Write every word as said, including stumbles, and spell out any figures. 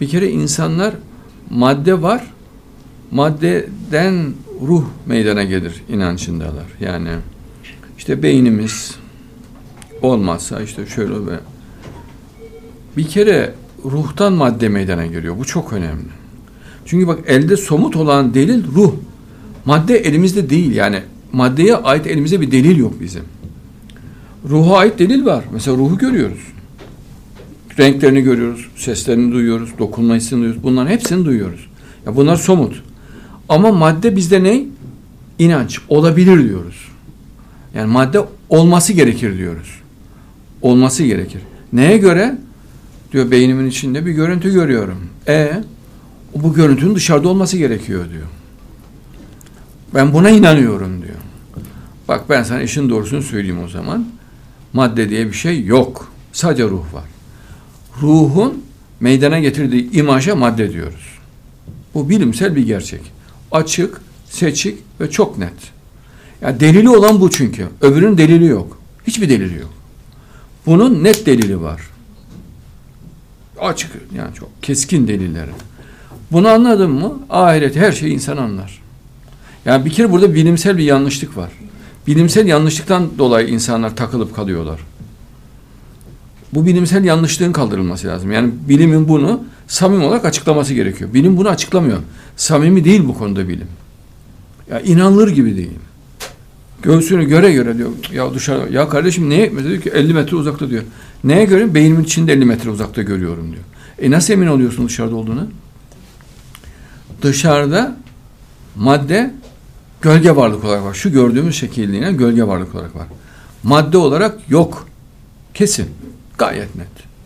Bir kere insanlar madde var, maddeden ruh meydana gelir inancındalar. Yani işte beynimiz olmazsa işte şöyle ve bir kere ruhtan madde meydana geliyor. Bu çok önemli. Çünkü bak elde somut olan delil ruh. Madde elimizde değil. Yani maddeye ait elimizde bir delil yok bizim. Ruha ait delil var. Mesela ruhu görüyoruz. Renklerini görüyoruz, seslerini duyuyoruz, dokunma hissini duyuyoruz. Bunların hepsini duyuyoruz. Ya bunlar somut. Ama madde bizde ne? İnanç. Olabilir diyoruz. Yani madde olması gerekir diyoruz. Olması gerekir. Neye göre? Diyor beynimin içinde bir görüntü görüyorum. E bu görüntünün dışarıda olması gerekiyor diyor. Ben buna inanıyorum diyor. Bak ben sana işin doğrusunu söyleyeyim o zaman. Madde diye bir şey yok. Sadece ruh var. Ruhun meydana getirdiği imaja madde diyoruz. Bu bilimsel bir gerçek. Açık, seçik ve çok net. Yani delili olan bu çünkü. Öbürünün delili yok. Hiçbir delili yok. Bunun net delili var. Açık, yani çok keskin delilleri. Bunu anladın mı? Ahiret her şeyi insan anlar. Yani bir kere burada bilimsel bir yanlışlık var. Bilimsel yanlışlıktan dolayı insanlar takılıp kalıyorlar. Bu bilimsel yanlışlığın kaldırılması lazım. Yani bilimin bunu samimi olarak açıklaması gerekiyor. Bilim bunu açıklamıyor. Samimi değil bu konuda bilim. Ya inanılır gibi değil. Göğsünü göre göre diyor. Ya dışarı, ya kardeşim neye? Mesela diyor ki elli metre uzakta diyor. Neye göre? Beynimin içinde elli metre uzakta görüyorum diyor. E nasıl emin oluyorsun dışarıda olduğunu? Dışarıda madde gölge varlık olarak var. Şu gördüğümüz şekilliğine gölge varlık olarak var. Madde olarak yok. Kesin. Gayet net.